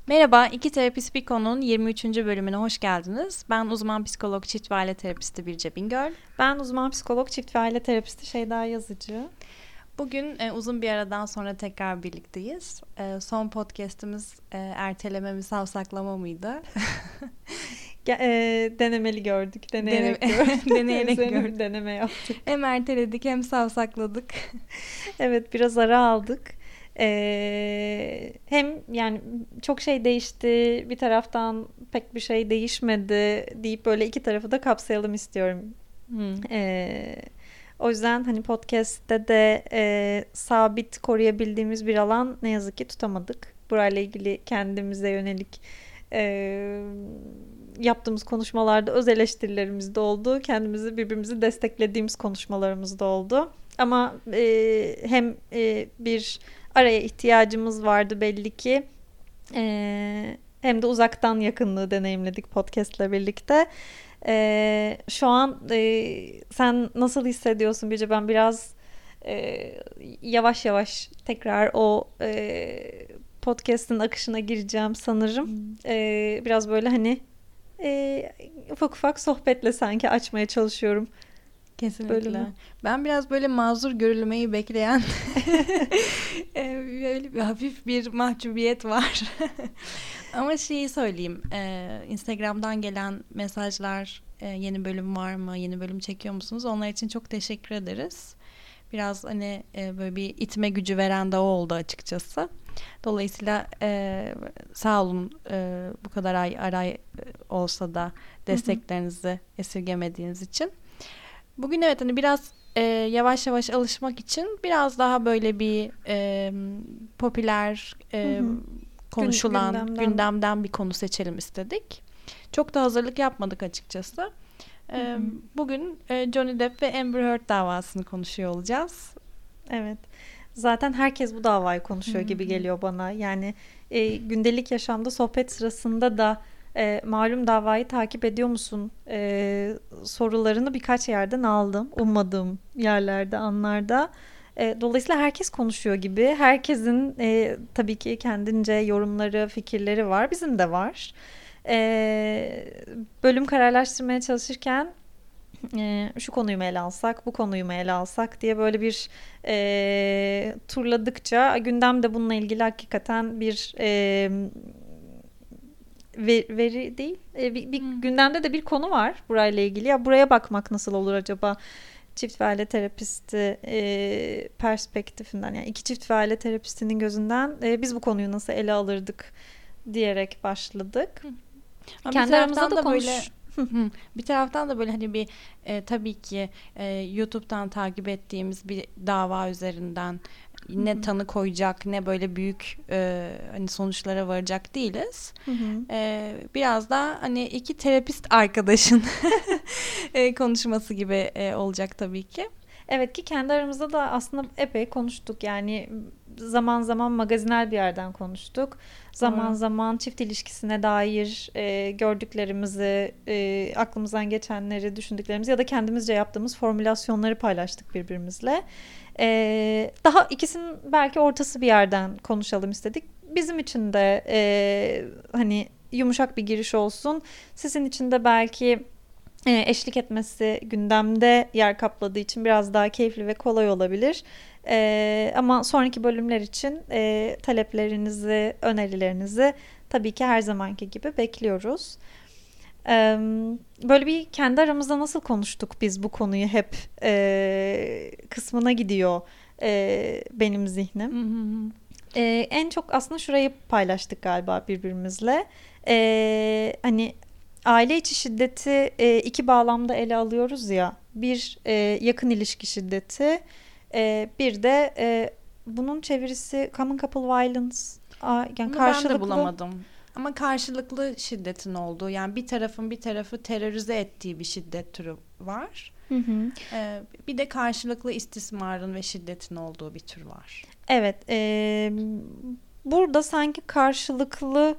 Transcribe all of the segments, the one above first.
Merhaba, İki Terapist Bir Konu'nun 23. bölümüne hoş geldiniz. Ben uzman psikolog, çift ve aile terapisti Birce Bingöl. Ben uzman psikolog, çift ve aile terapisti Şeyda Yazıcı. Bugün uzun bir aradan sonra tekrar birlikteyiz. Son podcast'imiz erteleme mi, savsaklama mıydı? Denemeli gördük, deneyerek gördük. Deneyerek gördük. Deneme yaptık. Hem erteledik hem savsakladık. Evet, biraz ara aldık. Hem yani çok şey değişti, bir taraftan pek bir şey değişmedi deyip böyle iki tarafı da kapsayalım istiyorum. O yüzden hani podcast'te de sabit koruyabildiğimiz bir alan ne yazık ki tutamadık. Burayla ilgili kendimize yönelik yaptığımız konuşmalarda öz eleştirilerimiz de oldu. Kendimizi birbirimizi desteklediğimiz konuşmalarımız da oldu. Ama hem bir araya ihtiyacımız vardı belli ki, hem de uzaktan yakınlığı deneyimledik podcast'le birlikte. Şu an sen nasıl hissediyorsun Birce? Ben biraz yavaş yavaş tekrar o podcast'ın akışına gireceğim sanırım. Biraz böyle hani ufak ufak sohbetle sanki açmaya çalışıyorum. Kesinlikle. Bölümü. Ben biraz böyle mazur görülmeyi bekleyen böyle bir hafif bir mahcubiyet var. Ama şeyi söyleyeyim. Instagram'dan gelen mesajlar, yeni bölüm var mı? Yeni bölüm çekiyor musunuz? Onlar için çok teşekkür ederiz. Biraz hani böyle bir itme gücü veren de o oldu açıkçası. Dolayısıyla sağ olun bu kadar aray olsa da desteklerinizi esirgemediğiniz için. Bugün evet hani biraz yavaş yavaş alışmak için biraz daha böyle bir popüler konuşulan gündemden bir konu seçelim istedik. Çok da hazırlık yapmadık açıkçası. Bugün Johnny Depp ve Amber Heard davasını konuşuyor olacağız. Evet. Zaten herkes bu davayı konuşuyor gibi geliyor bana. Yani gündelik yaşamda sohbet sırasında da malum davayı takip ediyor musun sorularını birkaç yerden aldım. Ummadığım yerlerde, anlarda. Dolayısıyla herkes konuşuyor gibi. Herkesin tabii ki kendince yorumları, fikirleri var. Bizim de var. Bölüm kararlaştırmaya çalışırken şu konuyu mu ele alsak, bu konuyu mu ele alsak diye böyle bir turladıkça gündemde bununla ilgili hakikaten bir veri değil, bir gündemde de bir konu var burayla ilgili. Ya buraya bakmak nasıl olur acaba? Çift ve aile terapisti perspektifinden, yani iki çift ve aile terapistinin gözünden biz bu konuyu nasıl ele alırdık diyerek başladık. Kendi aramızda da bir taraftan da böyle hani bir tabii ki YouTube'dan takip ettiğimiz bir dava üzerinden ne tanı koyacak ne böyle büyük hani sonuçlara varacak değiliz. Biraz da hani iki terapist arkadaşın konuşması gibi olacak tabii ki. Evet, ki kendi aramızda da aslında epey konuştuk. Yani zaman zaman magazinel bir yerden konuştuk. Zaman zaman çift ilişkisine dair gördüklerimizi, aklımızdan geçenleri, düşündüklerimizi ya da kendimizce yaptığımız formülasyonları paylaştık birbirimizle. Daha ikisinin belki ortası bir yerden konuşalım istedik. Bizim için de hani yumuşak bir giriş olsun. Sizin için de belki eşlik etmesi gündemde yer kapladığı için biraz daha keyifli ve kolay olabilir. Ama sonraki bölümler için taleplerinizi, önerilerinizi tabii ki her zamanki gibi bekliyoruz. Böyle bir kendi aramızda nasıl konuştuk biz bu konuyu hep kısmına gidiyor benim zihnim. En çok aslında şurayı paylaştık galiba birbirimizle. Hani aile içi şiddeti iki bağlamda ele alıyoruz ya. Bir yakın ilişki şiddeti, bir de bunun çevirisi common couple violence. Yani karşılıklı. Ben de bulamadım. Ama karşılıklı şiddetin olduğu, yani bir tarafın bir tarafı terörize ettiği bir şiddet türü var. Bir de karşılıklı istismarın ve şiddetin olduğu bir tür var. Evet. Burada sanki karşılıklı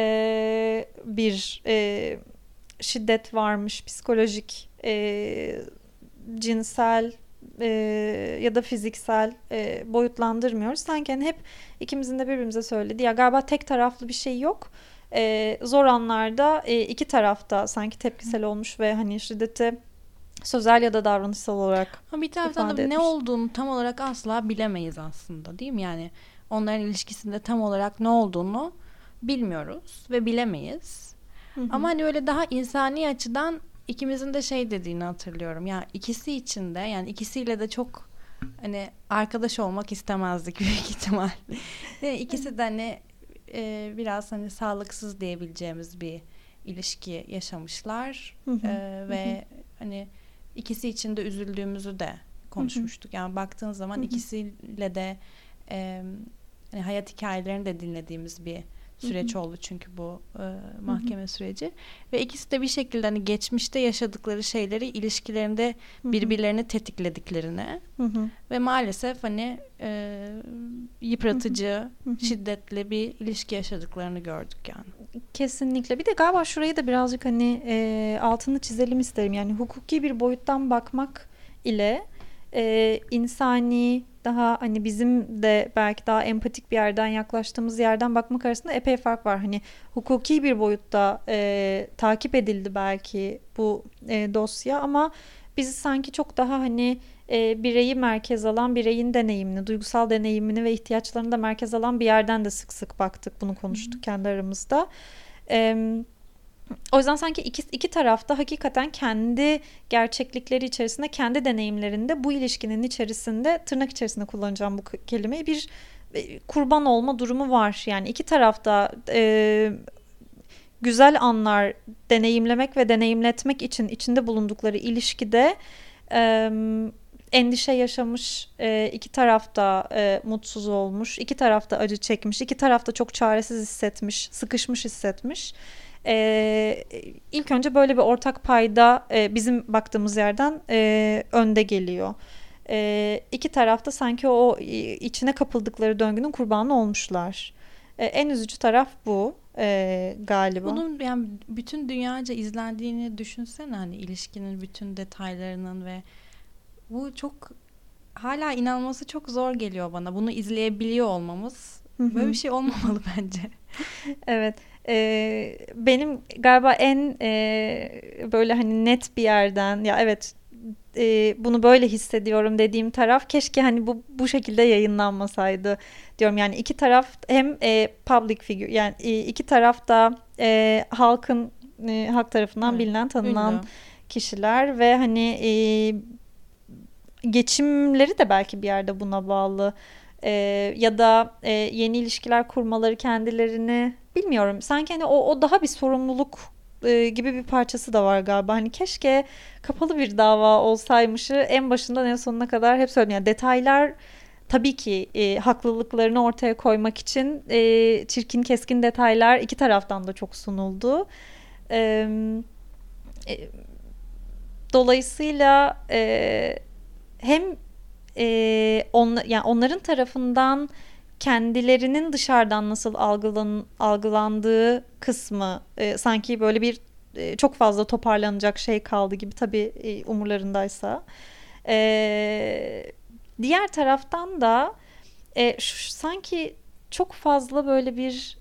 bir şiddet varmış, psikolojik, cinsel ya da fiziksel boyutlandırmıyoruz. Sanki hani hep ikimizin de birbirimize söylediği ya galiba tek taraflı bir şey yok. Zor anlarda iki tarafta sanki tepkisel olmuş ve hani şiddeti sözel ya da davranışsal olarak Ama bir taraftan da ne olduğunu tam olarak asla bilemeyiz aslında, değil mi? Yani onların ilişkisinde tam olarak ne olduğunu bilmiyoruz ve bilemeyiz. Ama hani öyle daha insani açıdan ikimizin de şey dediğini hatırlıyorum. Yani ikisi için de, yani ikisiyle de çok hani arkadaş olmak istemezdik büyük ihtimal. İkisi de hani biraz hani sağlıksız diyebileceğimiz bir ilişki yaşamışlar. Ve hani ikisi için de üzüldüğümüzü de konuşmuştuk. Yani baktığın zaman ikisiyle de hani hayat hikayelerini de dinlediğimiz bir süreç oldu çünkü bu mahkeme süreci. Ve ikisi de bir şekilde hani geçmişte yaşadıkları şeyleri ilişkilerinde birbirlerini tetiklediklerini ve maalesef hani yıpratıcı, şiddetli bir ilişki yaşadıklarını gördük yani. Kesinlikle. Bir de galiba şurayı da birazcık hani altını çizelim isterim. Yani hukuki bir boyuttan bakmak ile insani, daha hani bizim de belki daha empatik bir yerden yaklaştığımız yerden bakmak arasında epey fark var. Hani hukuki bir boyutta takip edildi belki bu dosya ama bizi sanki çok daha hani bireyi merkez alan, bireyin deneyimini, duygusal deneyimini ve ihtiyaçlarını da merkez alan bir yerden de sık sık baktık. Bunu konuştuk kendi aramızda. O yüzden sanki iki tarafta hakikaten kendi gerçeklikleri içerisinde, kendi deneyimlerinde bu ilişkinin içerisinde, tırnak içerisinde kullanacağım bu kelimeyi, bir kurban olma durumu var. Yani iki tarafta güzel anlar deneyimlemek ve deneyimletmek için içinde bulundukları ilişkide endişe yaşamış, iki tarafta mutsuz olmuş, iki tarafta acı çekmiş, iki tarafta çok çaresiz hissetmiş, sıkışmış hissetmiş. İlk önce böyle bir ortak payda bizim baktığımız yerden önde geliyor. İki tarafta sanki o içine kapıldıkları döngünün kurbanı olmuşlar. En üzücü taraf bu galiba. Bunun yani bütün dünyaca izlendiğini düşünsene, hani ilişkinin bütün detaylarının ve bu çok hala inanması çok zor geliyor bana. Bunu izleyebiliyor olmamız. Böyle bir şey olmamalı bence. Evet. Benim galiba en böyle hani net bir yerden ya evet bunu böyle hissediyorum dediğim taraf keşke hani bu şekilde yayınlanmasaydı diyorum. Yani iki taraf hem public figure, yani iki taraf da halk tarafından bilinen, tanınan ünlü kişiler ve hani geçimleri de belki bir yerde buna bağlı. Ya da yeni ilişkiler kurmaları kendilerini, bilmiyorum, sanki hani o daha bir sorumluluk gibi bir parçası da var galiba. Hani keşke kapalı bir dava olsaymışı en başından en sonuna kadar hep söyledim. Yani detaylar tabii ki haklılıklarını ortaya koymak için çirkin keskin detaylar iki taraftan da çok sunuldu. Dolayısıyla hem yani onların tarafından kendilerinin dışarıdan nasıl algılandığı kısmı sanki böyle bir çok fazla toparlanacak şey kaldı gibi, tabii umurlarındaysa. Diğer taraftan da sanki çok fazla böyle bir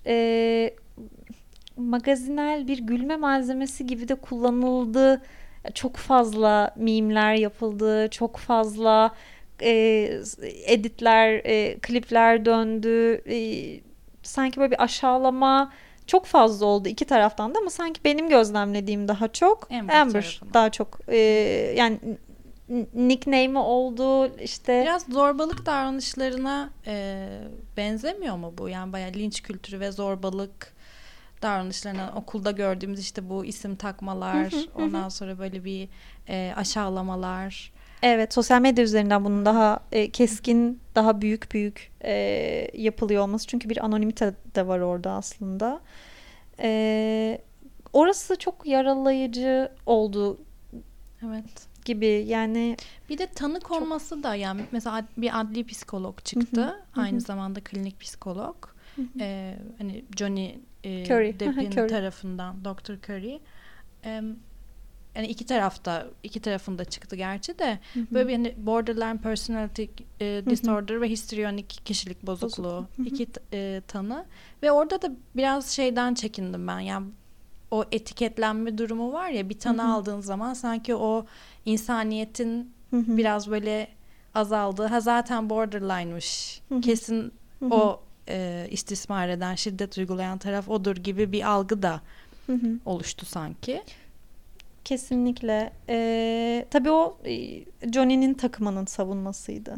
magazinel bir gülme malzemesi gibi de kullanıldı. Çok fazla mimler yapıldı, çok fazla editler, klipler döndü. Sanki böyle bir aşağılama çok fazla oldu iki taraftan da, ama sanki benim gözlemlediğim daha çok Amber daha çok yani nickname'i oldu işte. Biraz zorbalık davranışlarına benzemiyor mu bu? Yani bayağı linç kültürü ve zorbalık davranışlarına, okulda gördüğümüz işte bu isim takmalar, ondan sonra böyle bir aşağılamalar. Evet, sosyal medya üzerinden bunun daha keskin, daha büyük yapılıyor olması. Çünkü bir anonimite de var orada aslında. Orası çok yaralayıcı oldu. Evet. Gibi yani. Bir de tanı konması da, yani mesela bir adli psikolog çıktı. Aynı zamanda klinik psikolog. Hani Johnny Depp'in tarafından, Dr. Curry. yani iki tarafında çıktı gerçi de Hı hı. böyle bir hani borderline personality disorder ve histrionik kişilik bozukluğu iki tanı ve orada da biraz şeyden çekindim ben, yani o etiketlenme durumu var ya, bir tanı aldığın zaman sanki o insaniyetin biraz böyle azaldığı, ha zaten borderline'mış kesin o istismar eden, şiddet uygulayan taraf odur gibi bir algı da oluştu sanki. Kesinlikle. Tabii o Johnny'nin takımının savunmasıydı.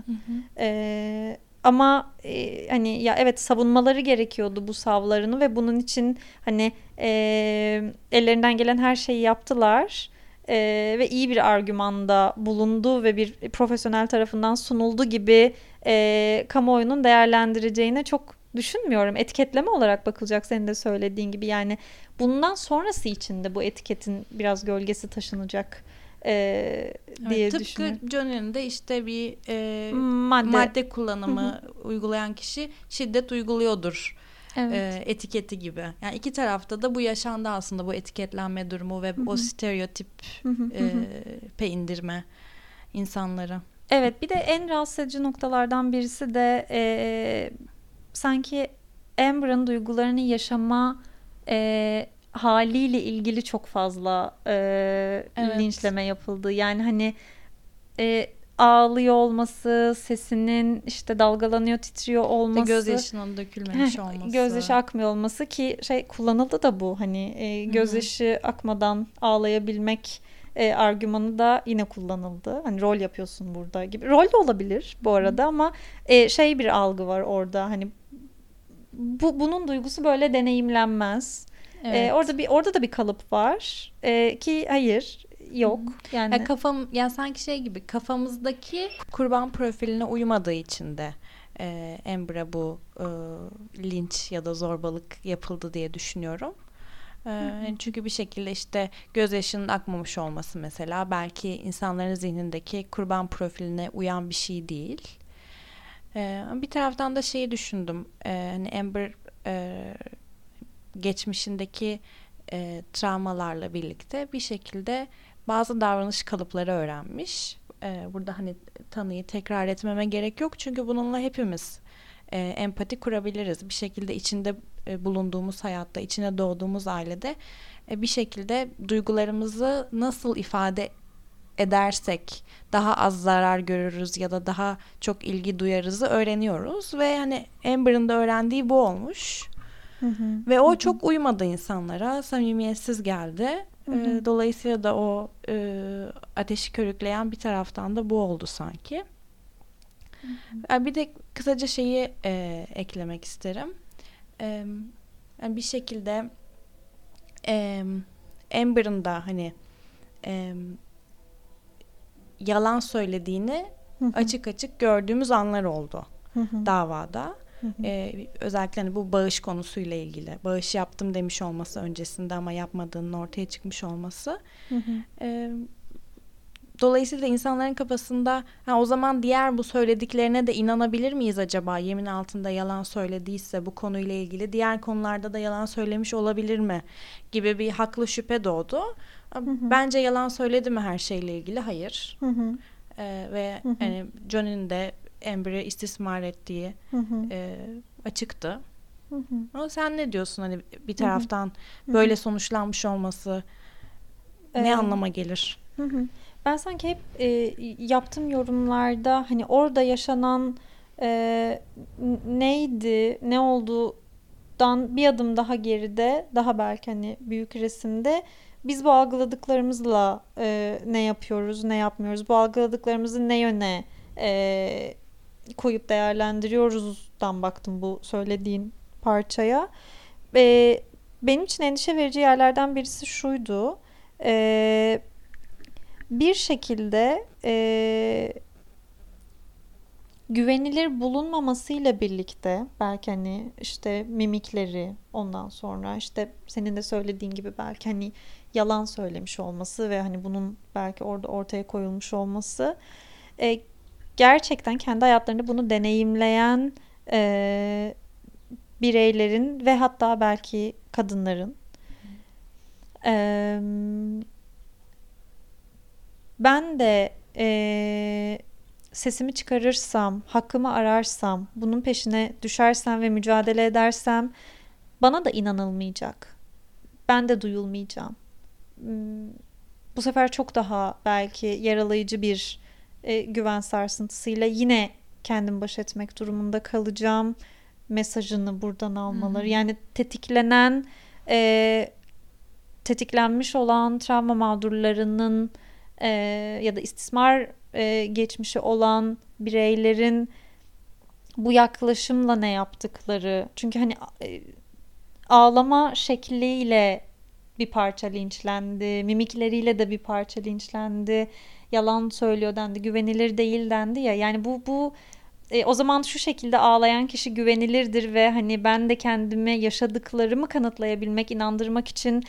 Ama hani ya evet, savunmaları gerekiyordu bu savlarını ve bunun için hani ellerinden gelen her şeyi yaptılar. Ve iyi bir argümanda bulundu ve bir profesyonel tarafından sunuldu gibi kamuoyunun değerlendireceğine çok düşünmüyorum. Etiketleme olarak bakılacak, senin de söylediğin gibi. Yani bundan sonrası için de bu etiketin biraz gölgesi taşınacak diye tıpkı düşünüyorum. Tıpkı Johnny'nin de işte bir madde kullanımı uygulayan kişi şiddet uyguluyordur. Evet. Etiketi gibi. Yani iki tarafta da bu yaşandı aslında, bu etiketlenme durumu ve o stereotip indirme insanları. Evet, bir de en rahatsız edici noktalardan birisi de sanki Amber'ın duygularını yaşama haliyle ilgili çok fazla linçleme yapıldı. Yani hani ağlıyor olması, sesinin işte dalgalanıyor, titriyor olması, gözyaşının dökülmemiş olması, gözyaşı akmıyor olması ki kullanıldı da bu hani gözyaşı akmadan ağlayabilmek argümanı da yine kullanıldı. Hani rol yapıyorsun burada gibi. Rol de olabilir bu arada ama bir algı var orada. Hani bunun duygusu böyle deneyimlenmez. Evet. Orada da bir kalıp var. Ki hayır, yok. Yani sanki gibi kafamızdaki kurban profiline uymadığı için de Amber'a bu linç ya da zorbalık yapıldı diye düşünüyorum. Çünkü bir şekilde işte gözyaşının akmamış olması mesela belki insanların zihnindeki kurban profiline uyan bir şey değil. Bir taraftan da şeyi düşündüm. Hani Amber geçmişindeki travmalarla birlikte bir şekilde bazı davranış kalıpları öğrenmiş. Burada hani tanıyı tekrar etmeme gerek yok çünkü bununla hepimiz empati kurabiliriz. Bir şekilde içinde bulunduğumuz hayatta, içine doğduğumuz ailede bir şekilde duygularımızı nasıl ifade edersek daha az zarar görürüz ya da daha çok ilgi duyarızı öğreniyoruz ve hani Amber'ın da öğrendiği bu olmuş. Ve o çok uymadı insanlara, samimiyetsiz geldi. Dolayısıyla da o ateşi körükleyen bir taraftan da bu oldu sanki. Bir de kısaca şeyi eklemek isterim. Yani bir şekilde Amber'ın da hani yalan söylediğini açık açık gördüğümüz anlar oldu davada. Özellikle hani bu bağış konusuyla ilgili. Bağış yaptım demiş olması öncesinde ama yapmadığının ortaya çıkmış olması. Dolayısıyla insanların kafasında o zaman diğer bu söylediklerine de inanabilir miyiz acaba? Yemin altında yalan söylediyse bu konuyla ilgili diğer konularda da yalan söylemiş olabilir mi? Gibi bir haklı şüphe doğdu. Bence yalan söyledi mi her şeyle ilgili? Hayır. Ve hani Johnny'nin de Amber'ı istismar ettiği açıktı. Ama sen ne diyorsun, hani bir taraftan böyle sonuçlanmış olması ne anlama gelir? Ben sanki hep yaptığım yorumlarda hani orada yaşanan neydi, ne olduğundan bir adım daha geride, daha belki hani büyük resimde biz bu algıladıklarımızla ne yapıyoruz, ne yapmıyoruz, bu algıladıklarımızı ne yöne koyup değerlendiriyoruzdan baktım bu söylediğin parçaya. Benim için endişe verici yerlerden birisi şuydu. Bir şekilde güvenilir bulunmamasıyla birlikte belki hani işte mimikleri, ondan sonra işte senin de söylediğin gibi belki hani yalan söylemiş olması ve hani bunun belki orada ortaya koyulmuş olması gerçekten kendi hayatlarında bunu deneyimleyen bireylerin ve hatta belki kadınların ben de sesimi çıkarırsam, hakkımı ararsam, bunun peşine düşersem ve mücadele edersem bana da inanılmayacak. Ben de duyulmayacağım. Bu sefer çok daha belki yaralayıcı bir güven sarsıntısıyla yine kendim baş etmek durumunda kalacağım mesajını buradan almaları. Yani tetiklenmiş olan travma mağdurlarının ya da istismar geçmişi olan bireylerin bu yaklaşımla ne yaptıkları. Çünkü hani ağlama şekliyle bir parça linçlendi, mimikleriyle de bir parça linçlendi, yalan söylüyor dendi, güvenilir değil dendi ya. Yani bu o zaman şu şekilde ağlayan kişi güvenilirdir ve hani ben de kendime yaşadıklarımı kanıtlayabilmek, inandırmak için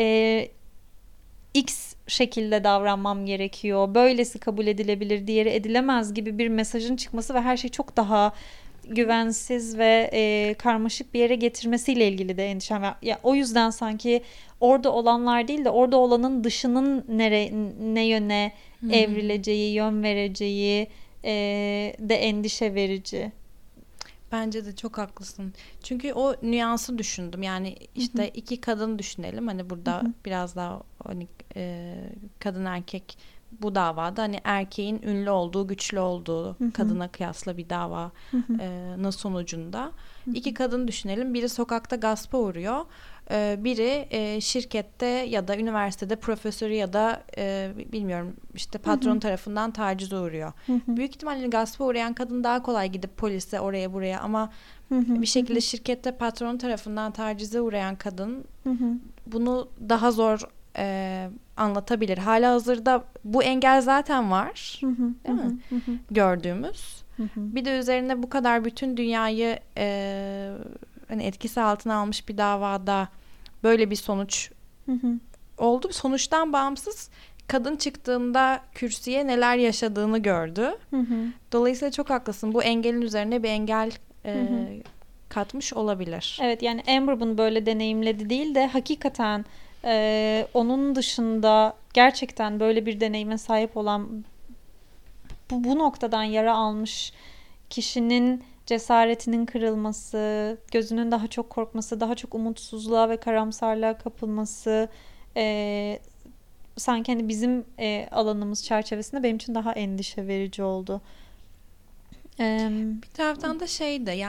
X şekilde davranmam gerekiyor. Böylesi kabul edilebilir, diğeri edilemez gibi bir mesajın çıkması ve her şey çok daha güvensiz ve karmaşık bir yere getirmesiyle ilgili de endişem var. Ya, o yüzden sanki orada olanlar değil de orada olanın dışının ne yöne evrileceği, yön vereceği de endişe verici. Bence de çok haklısın. Çünkü o nüansı düşündüm. Yani işte iki kadın düşünelim. Hani burada biraz daha hani kadın erkek bu davada hani erkeğin ünlü olduğu, güçlü olduğu kadına kıyasla bir davanın sonucunda. İki kadın düşünelim. Biri sokakta gaspa uğruyor. Biri şirkette ya da üniversitede profesörü ya da bilmiyorum işte patron tarafından tacize uğruyor. Büyük ihtimalle gaspa uğrayan kadın daha kolay gidip polise oraya buraya ama bir şekilde şirkette patron tarafından tacize uğrayan kadın bunu daha zor anlatabilir. Halihazırda bu engel zaten var. Değil mi? Gördüğümüz. Bir de üzerine bu kadar bütün dünyayı hani etkisi altına almış bir davada böyle bir sonuç oldu. Sonuçtan bağımsız kadın çıktığında kürsüye neler yaşadığını gördü. Dolayısıyla çok haklısın. Bu engelin üzerine bir engel katmış olabilir. Evet, yani Amber bunu böyle deneyimledi değil de hakikaten onun dışında gerçekten böyle bir deneyime sahip olan bu noktadan yara almış kişinin cesaretinin kırılması, gözünün daha çok korkması, daha çok umutsuzluğa ve karamsarlığa kapılması sanki hani bizim alanımız çerçevesinde benim için daha endişe verici oldu. Bir taraftan da şey de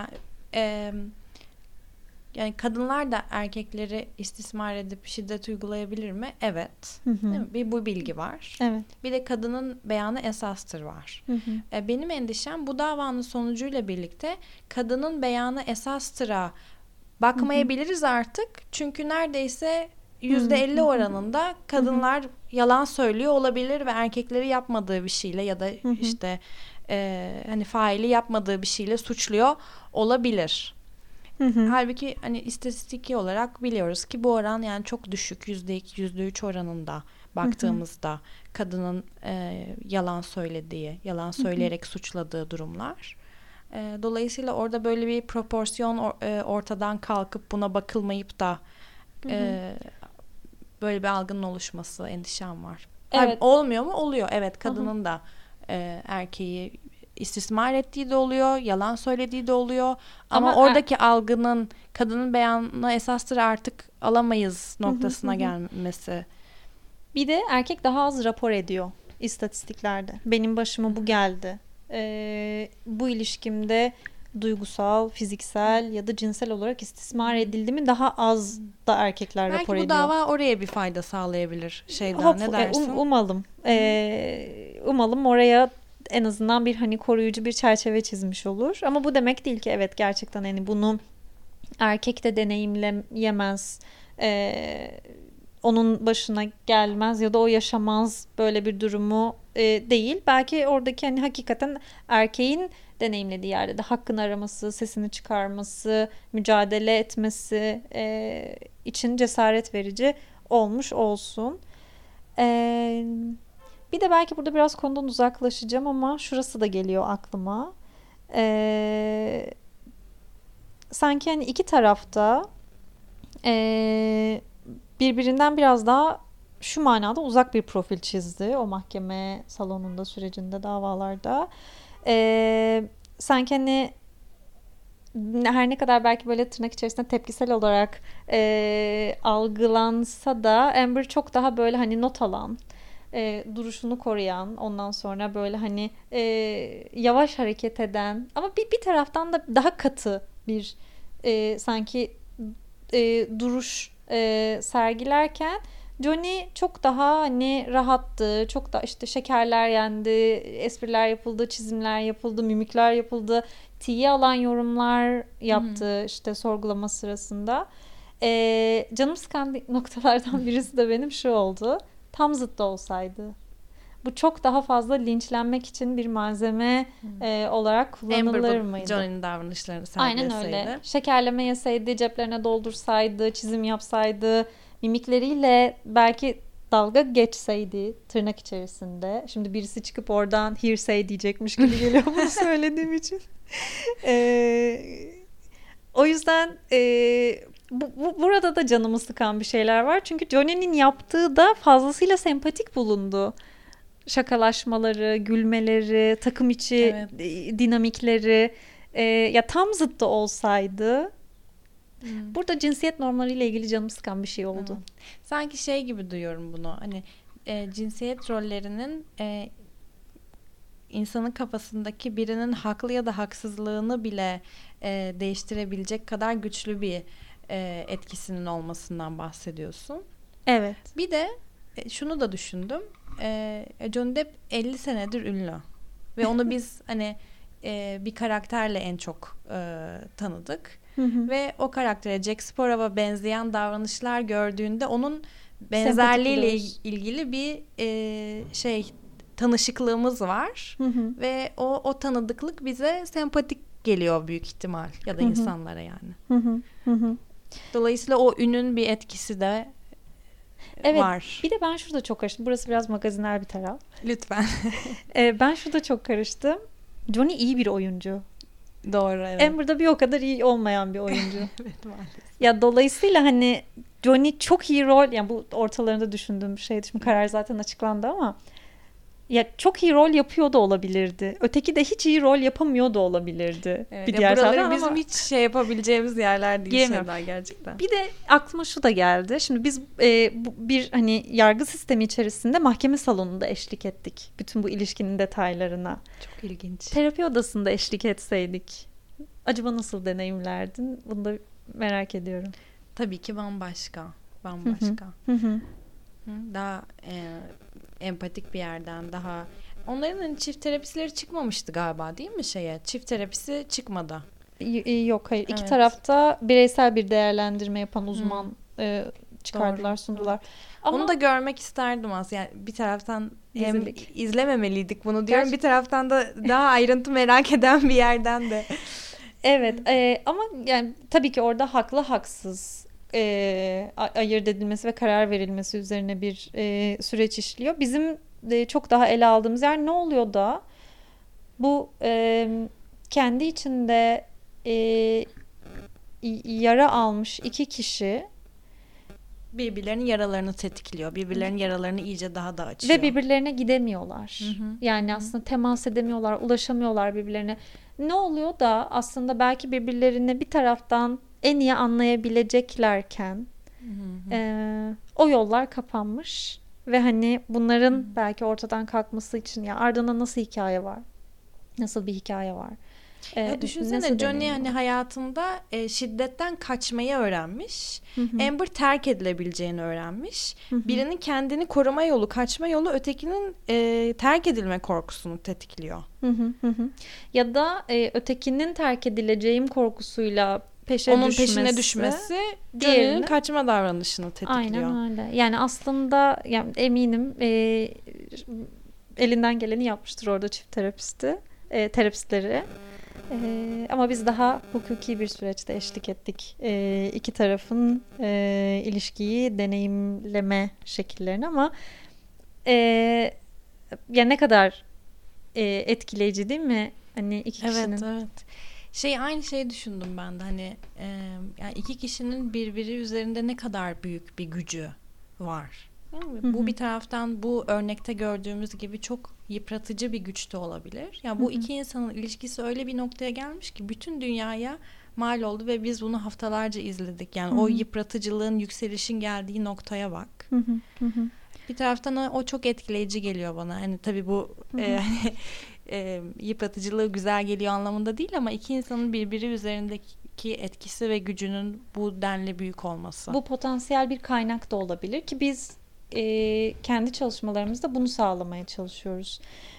yani kadınlar da erkekleri istismar edip şiddet uygulayabilir mi? Evet. Değil mi? Bu bilgi var. Evet. Bir de kadının beyanı esastır var. Benim endişem bu davanın sonucuyla birlikte kadının beyanı esastıra bakmayabiliriz artık. Çünkü neredeyse %50 oranında kadınlar yalan söylüyor olabilir ve erkekleri yapmadığı bir şeyle ya da işte hani faili yapmadığı bir şeyle suçluyor olabilir. Halbuki hani istatistiki olarak biliyoruz ki bu oran yani çok düşük, %2, %3 oranında baktığımızda kadının yalan söylediği, yalan söyleyerek suçladığı durumlar. Dolayısıyla orada böyle bir proporsiyon ortadan kalkıp buna bakılmayıp da böyle bir algının oluşması endişem var. Evet. Olmuyor mu? Oluyor. Evet, kadının da erkeği istismar ettiği de oluyor, yalan söylediği de oluyor. Ama oradaki algının kadının beyanına esastır artık alamayız noktasına gelmesi. Bir de erkek daha az rapor ediyor istatistiklerde. Benim başıma bu geldi. Bu ilişkimde duygusal, fiziksel ya da cinsel olarak istismar edildi mi daha az da erkekler belki rapor ediyor. Belki bu dava oraya bir fayda sağlayabilir şeyden. Ne dersin? Umalım. Umalım oraya en azından bir hani koruyucu bir çerçeve çizmiş olur. Ama bu demek değil ki evet gerçekten hani bunu erkek de deneyimleyemez, onun başına gelmez ya da o yaşamaz böyle bir durumu değil. Belki oradaki hani hakikaten erkeğin deneyimlediği yerde de hakkını araması, sesini çıkarması, mücadele etmesi için cesaret verici olmuş olsun. Bir de belki burada biraz konudan uzaklaşacağım ama şurası da geliyor aklıma. Sanki hani iki tarafta birbirinden biraz daha şu manada uzak bir profil çizdi o mahkeme salonunda sürecinde, davalarda. Sanki hani her ne kadar belki böyle tırnak içerisinde tepkisel olarak algılansa da Amber çok daha böyle hani not alan, duruşunu koruyan, ondan sonra böyle hani yavaş hareket eden ama bir taraftan da daha katı bir sanki duruş sergilerken Johnny çok daha hani rahattı. Çok da işte şekerler yendi, espriler yapıldı, çizimler yapıldı, mimikler yapıldı. T'ye alan yorumlar yaptı işte sorgulama sırasında. Canım sıkan noktalardan birisi de benim şu oldu. Tam zıttı olsaydı. Bu çok daha fazla linçlenmek için bir malzeme olarak kullanılır mıydı? Johnny'nin davranışlarını sergileseydi. Aynen öyle. Şekerleme yeseydi, ceplerine doldursaydı, çizim yapsaydı, mimikleriyle belki dalga geçseydi tırnak içerisinde. Şimdi birisi çıkıp oradan hearsay diyecekmiş gibi geliyor bunu söylediğim için. O yüzden burada da canımı sıkan bir şeyler var. Çünkü Johnny'nin yaptığı da fazlasıyla sempatik bulundu. Şakalaşmaları, gülmeleri, takım içi dinamikleri ya tam zıttı olsaydı burada cinsiyet normlarıyla ilgili canımı sıkan bir şey oldu. Sanki şey gibi duyuyorum bunu. Hani cinsiyet rollerinin insanın kafasındaki birinin haklı ya da haksızlığını bile değiştirebilecek kadar güçlü bir etkisinin olmasından bahsediyorsun. Evet. Bir de şunu da düşündüm. Johnny Depp 50 senedir ünlü. Ve onu biz hani bir karakterle en çok tanıdık. Ve o karaktere Jack Sparrow'a benzeyen davranışlar gördüğünde onun benzerliğiyle ilgili bir tanışıklığımız var. Ve o tanıdıklık bize sempatik geliyor büyük ihtimal ya da insanlara yani. Dolayısıyla o ünün bir etkisi de var. Bir de ben şurada çok karıştım. Burası biraz magazinel bir taraf. Lütfen. Ben şurada çok karıştım. Johnny iyi bir oyuncu. Doğru, evet. Amber'da bir o kadar iyi olmayan bir oyuncu. Evet, maalesef. Ya dolayısıyla hani Johnny çok iyi rol, yani bu ortalarında düşündüğüm bir şeydi. Şimdi karar zaten açıklandı ama ya çok iyi rol yapıyor da olabilirdi. Öteki de hiç iyi rol yapamıyor da olabilirdi. Evet, bir diğer buraları bizim hiç şey yapabileceğimiz yerler değil şeyler gerçekten. Bir de aklıma şu da geldi. Şimdi biz bir hani yargı sistemi içerisinde mahkeme salonunda eşlik ettik. Bütün bu ilişkinin detaylarına. Çok ilginç. Terapi odasında eşlik etseydik acaba nasıl deneyimlerdin? Bunu da merak ediyorum. Tabii ki bambaşka. Bambaşka. Daha empatik bir yerden, daha onların hani çift terapistleri çıkmamıştı galiba, değil mi şeye? Çift terapisi çıkmadı. Yok, hayır. İki tarafta bireysel bir değerlendirme yapan uzman çıkardılar, sundular. Ama onu da görmek isterdim aslında. Yani bir taraftan hem izlememeliydik bunu diyorum. Bir taraftan da daha ayrıntı merak eden bir yerden de. Evet, ama yani tabii ki orada haklı haksız ayırt edilmesi ve karar verilmesi üzerine bir süreç işliyor. Bizim çok daha ele aldığımız yer ne oluyor da bu kendi içinde yara almış iki kişi birbirlerinin yaralarını tetikliyor. Birbirlerinin yaralarını iyice daha da açıyor. Ve birbirlerine gidemiyorlar. Yani aslında temas edemiyorlar, ulaşamıyorlar birbirlerine. Ne oluyor da aslında belki birbirlerini bir taraftan en iyi anlayabileceklerken o yollar kapanmış ve hani bunların belki ortadan kalkması için ya ardında nasıl hikaye var? Nasıl bir hikaye var? Ya düşünsene, Johnny hani hayatında şiddetten kaçmayı öğrenmiş. Amber terk edilebileceğini öğrenmiş. Birinin kendini koruma yolu, kaçma yolu, ötekinin terk edilme korkusunu tetikliyor. Ya da ötekinin terk edileceğim korkusuyla onun peşine düşmesi Johnny'nin kaçma davranışını tetikliyor. Aynen öyle. Yani aslında yani eminim elinden geleni yapmıştır orada çift terapistleri. Ama biz daha hukuki bir süreçte eşlik ettik. İki tarafın ilişkiyi deneyimleme şekillerini ama ya ne kadar etkileyici değil mi? Hani iki kişinin. Evet. Aynı şeyi düşündüm ben de, hani yani iki kişinin birbiri üzerinde ne kadar büyük bir gücü var. Yani bu bir taraftan bu örnekte gördüğümüz gibi çok yıpratıcı bir güç de olabilir. Yani bu iki insanın ilişkisi öyle bir noktaya gelmiş ki bütün dünyaya mal oldu ve biz bunu haftalarca izledik. Yani o yıpratıcılığın, yükselişin geldiği noktaya bak. Bir taraftan o çok etkileyici geliyor bana. Hani tabii bu yıpratıcılığı güzel geliyor anlamında değil ama iki insanın birbiri üzerindeki etkisi ve gücünün bu denli büyük olması. Bu potansiyel bir kaynak da olabilir ki biz kendi çalışmalarımızda bunu sağlamaya çalışıyoruz.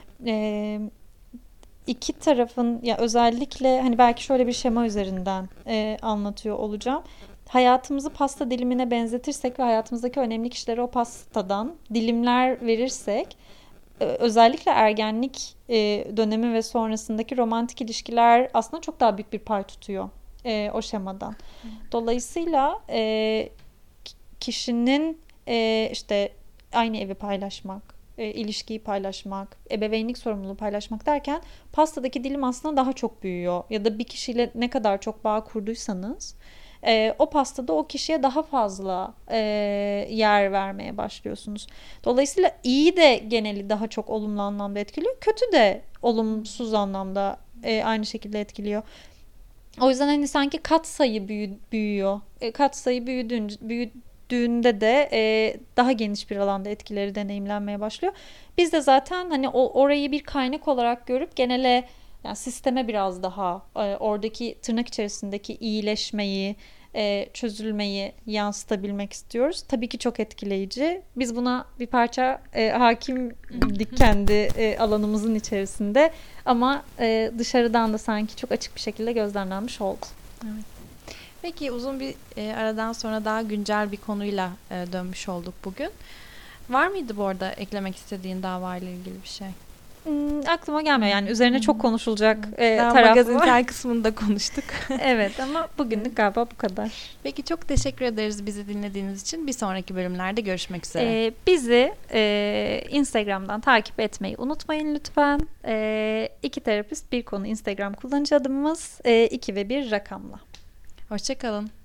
İki tarafın ya özellikle hani belki şöyle bir şema üzerinden anlatıyor olacağım. Hayatımızı pasta dilimine benzetirsek ve hayatımızdaki önemli kişilere o pastadan dilimler verirsek özellikle ergenlik dönemi ve sonrasındaki romantik ilişkiler aslında çok daha büyük bir pay tutuyor o şemadan. Dolayısıyla kişinin işte aynı evi paylaşmak, ilişkiyi paylaşmak, ebeveynlik sorumluluğu paylaşmak derken pastadaki dilim aslında daha çok büyüyor. Ya da bir kişiyle ne kadar çok bağ kurduysanız o pastada o kişiye daha fazla yer vermeye başlıyorsunuz. Dolayısıyla iyi de geneli daha çok olumlu anlamda etkiliyor. Kötü de olumsuz anlamda aynı şekilde etkiliyor. O yüzden hani sanki katsayı büyüyor. Katsayı büyüdüğünde de daha geniş bir alanda etkileri deneyimlenmeye başlıyor. Biz de zaten hani orayı bir kaynak olarak görüp genele yani sisteme biraz daha oradaki tırnak içerisindeki iyileşmeyi, çözülmeyi yansıtabilmek istiyoruz. Tabii ki çok etkileyici. Biz buna bir parça hakimdik kendi alanımızın içerisinde ama dışarıdan da sanki çok açık bir şekilde gözlemlenmiş oldu. Evet. Peki uzun bir aradan sonra daha güncel bir konuyla dönmüş olduk bugün. Var mıydı bu arada eklemek istediğin davayla ilgili bir şey? Aklıma gelmiyor. Yani üzerine çok konuşulacak daha taraf magazinsel var. kısmını da konuştuk. Evet ama bugünlük galiba bu kadar. Peki çok teşekkür ederiz bizi dinlediğiniz için. Bir sonraki bölümlerde görüşmek üzere. Bizi Instagram'dan takip etmeyi unutmayın lütfen. 2 terapist bir konu Instagram kullanıcı adımımız 2 ve 1 rakamla. Hoşça kalın.